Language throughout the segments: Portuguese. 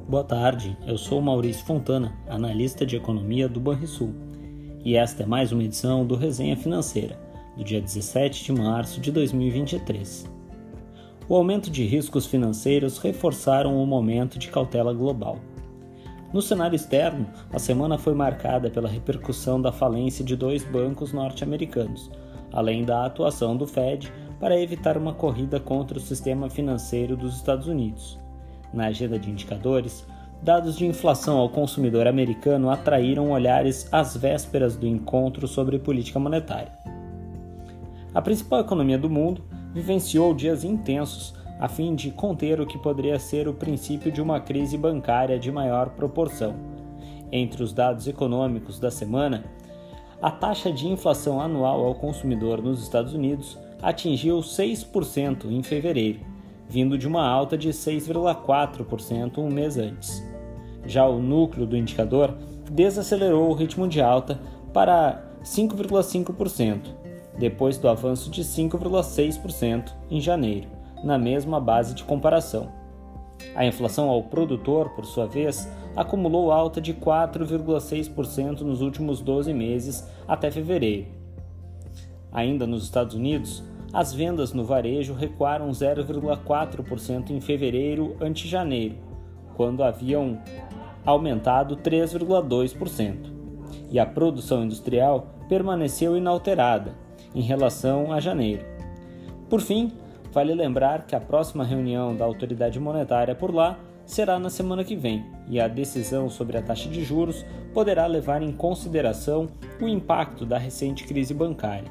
Boa tarde, eu sou Maurício Fontana, analista de economia do Banrisul, e esta é mais uma edição do Resenha Financeira, do dia 17 de março de 2023. O aumento de riscos financeiros reforçaram o momento de cautela global. No cenário externo, a semana foi marcada pela repercussão da falência de 2 bancos norte-americanos, além da atuação do Fed para evitar uma corrida contra o sistema financeiro dos Estados Unidos. Na agenda de indicadores, dados de inflação ao consumidor americano atraíram olhares às vésperas do encontro sobre política monetária. A principal economia do mundo vivenciou dias intensos a fim de conter o que poderia ser o princípio de uma crise bancária de maior proporção. Entre os dados econômicos da semana, a taxa de inflação anual ao consumidor nos Estados Unidos atingiu 6% em fevereiro, vindo de uma alta de 6,4% um mês antes. Já o núcleo do indicador desacelerou o ritmo de alta para 5,5%, depois do avanço de 5,6% em janeiro, na mesma base de comparação. A inflação ao produtor, por sua vez, acumulou alta de 4,6% nos últimos 12 meses até fevereiro. Ainda nos Estados Unidos, as vendas no varejo recuaram 0,4% em fevereiro ante janeiro, quando haviam aumentado 3,2%, e a produção industrial permaneceu inalterada em relação a janeiro. Por fim, vale lembrar que a próxima reunião da autoridade monetária por lá será na semana que vem, e a decisão sobre a taxa de juros poderá levar em consideração o impacto da recente crise bancária.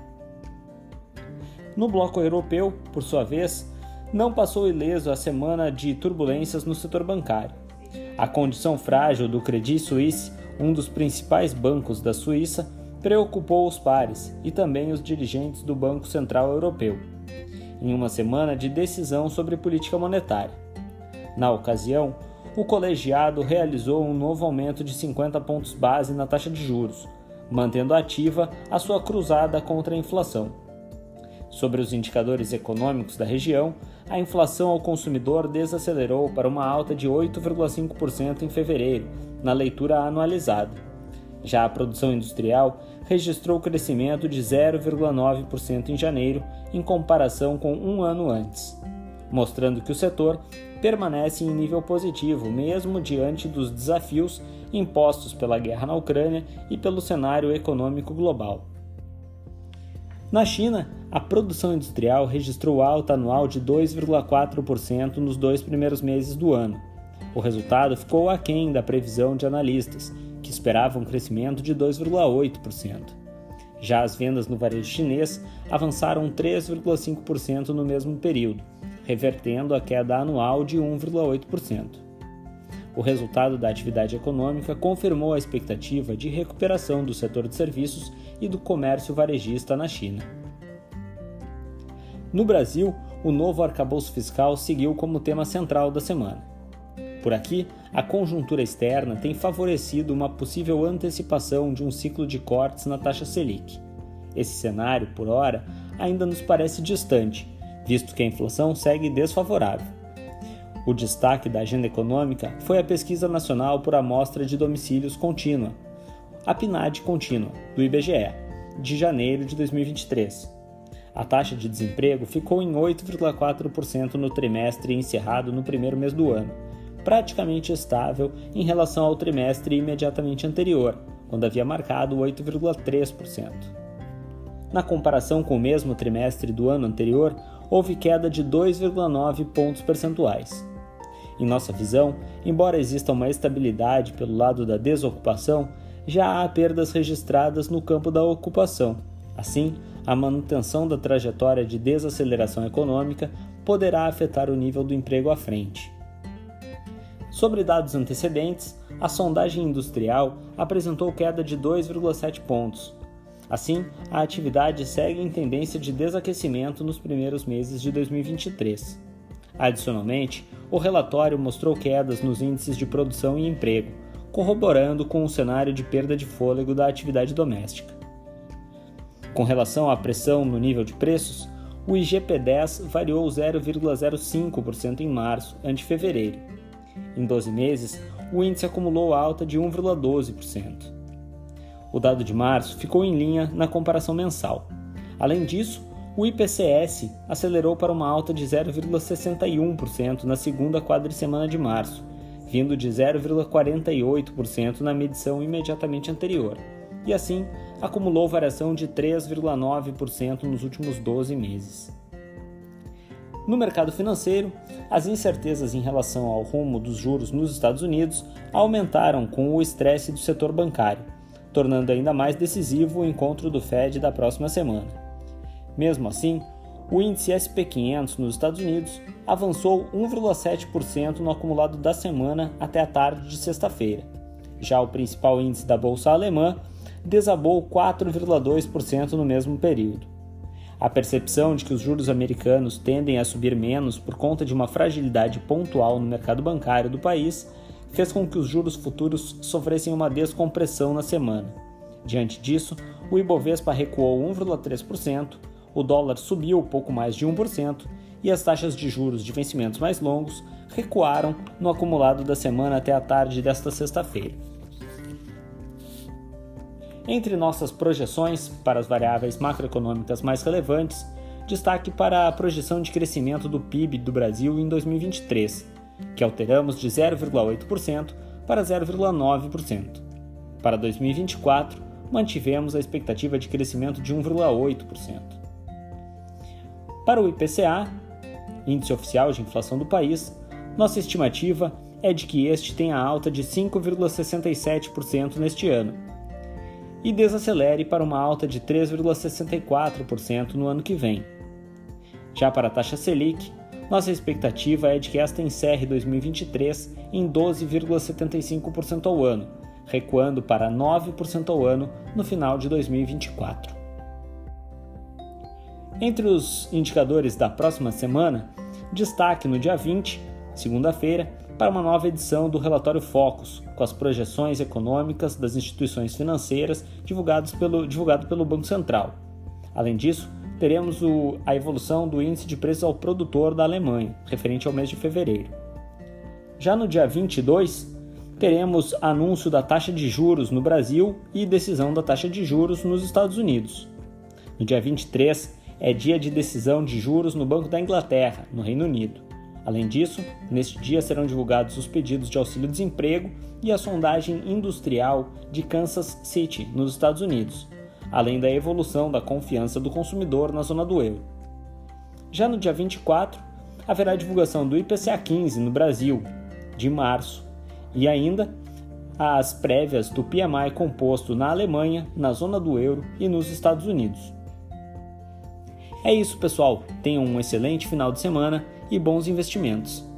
No bloco europeu, por sua vez, não passou ileso a semana de turbulências no setor bancário. A condição frágil do Credit Suisse, um dos principais bancos da Suíça, preocupou os pares e também os dirigentes do Banco Central Europeu, em uma semana de decisão sobre política monetária. Na ocasião, o colegiado realizou um novo aumento de 50 pontos base na taxa de juros, mantendo ativa a sua cruzada contra a inflação. Sobre os indicadores econômicos da região, a inflação ao consumidor desacelerou para uma alta de 8,5% em fevereiro, na leitura anualizada. Já a produção industrial registrou crescimento de 0,9% em janeiro, em comparação com um ano antes, mostrando que o setor permanece em nível positivo, mesmo diante dos desafios impostos pela guerra na Ucrânia e pelo cenário econômico global. Na China, a produção industrial registrou alta anual de 2,4% nos 2 primeiros meses do ano. O resultado ficou aquém da previsão de analistas, que esperavam um crescimento de 2,8%. Já as vendas no varejo chinês avançaram 3,5% no mesmo período, revertendo a queda anual de 1,8%. O resultado da atividade econômica confirmou a expectativa de recuperação do setor de serviços e do comércio varejista na China. No Brasil, o novo arcabouço fiscal seguiu como tema central da semana. Por aqui, a conjuntura externa tem favorecido uma possível antecipação de um ciclo de cortes na taxa Selic. Esse cenário, por ora, ainda nos parece distante, visto que a inflação segue desfavorável. O destaque da agenda econômica foi a Pesquisa Nacional por Amostra de Domicílios Contínua, a PNAD contínua, do IBGE, de janeiro de 2023. A taxa de desemprego ficou em 8,4% no trimestre encerrado no primeiro mês do ano, praticamente estável em relação ao trimestre imediatamente anterior, quando havia marcado 8,3%. Na comparação com o mesmo trimestre do ano anterior, houve queda de 2,9 pontos percentuais. Em nossa visão, embora exista uma estabilidade pelo lado da desocupação, já há perdas registradas no campo da ocupação. Assim, a manutenção da trajetória de desaceleração econômica poderá afetar o nível do emprego à frente. Sobre dados antecedentes, a sondagem industrial apresentou queda de 2,7 pontos. Assim, a atividade segue em tendência de desaquecimento nos primeiros meses de 2023. Adicionalmente, o relatório mostrou quedas nos índices de produção e emprego, corroborando com o cenário de perda de fôlego da atividade doméstica. Com relação à pressão no nível de preços, o IGP-10 variou 0,05% em março ante fevereiro. Em 12 meses, o índice acumulou alta de 1,12%. O dado de março ficou em linha na comparação mensal. Além disso, o IPCS acelerou para uma alta de 0,61% na segunda quadricemana de março, vindo de 0,48% na medição imediatamente anterior, e assim acumulou variação de 3,9% nos últimos 12 meses. No mercado financeiro, as incertezas em relação ao rumo dos juros nos Estados Unidos aumentaram com o estresse do setor bancário, tornando ainda mais decisivo o encontro do Fed da próxima semana. Mesmo assim, o índice SP 500 nos Estados Unidos avançou 1,7% no acumulado da semana até a tarde de sexta-feira. Já o principal índice da bolsa alemã desabou 4,2% no mesmo período. A percepção de que os juros americanos tendem a subir menos por conta de uma fragilidade pontual no mercado bancário do país fez com que os juros futuros sofressem uma descompressão na semana. Diante disso, o Ibovespa recuou 1,3%, o dólar subiu pouco mais de 1% e as taxas de juros de vencimentos mais longos recuaram no acumulado da semana até a tarde desta sexta-feira. Entre nossas projeções para as variáveis macroeconômicas mais relevantes, destaque para a projeção de crescimento do PIB do Brasil em 2023, que alteramos de 0,8% para 0,9%. Para 2024, mantivemos a expectativa de crescimento de 1,8%. Para o IPCA, Índice Oficial de Inflação do país, nossa estimativa é de que este tenha alta de 5,67% neste ano e desacelere para uma alta de 3,64% no ano que vem. Já para a taxa Selic, nossa expectativa é de que esta encerre 2023 em 12,75% ao ano, recuando para 9% ao ano no final de 2024. Entre os indicadores da próxima semana, destaque no dia 20, segunda-feira, para uma nova edição do relatório Focus, com as projeções econômicas das instituições financeiras divulgado pelo Banco Central. Além disso, teremos a evolução do índice de preços ao produtor da Alemanha, referente ao mês de fevereiro. Já no dia 22, teremos anúncio da taxa de juros no Brasil e decisão da taxa de juros nos Estados Unidos. No dia 23, é dia de decisão de juros no Banco da Inglaterra, no Reino Unido. Além disso, neste dia serão divulgados os pedidos de auxílio-desemprego e a sondagem industrial de Kansas City, nos Estados Unidos, além da evolução da confiança do consumidor na zona do euro. Já no dia 24, haverá a divulgação do IPCA 15 no Brasil, de março, e ainda as prévias do PMI composto na Alemanha, na zona do euro e nos Estados Unidos. É isso, pessoal. Tenham um excelente final de semana e bons investimentos.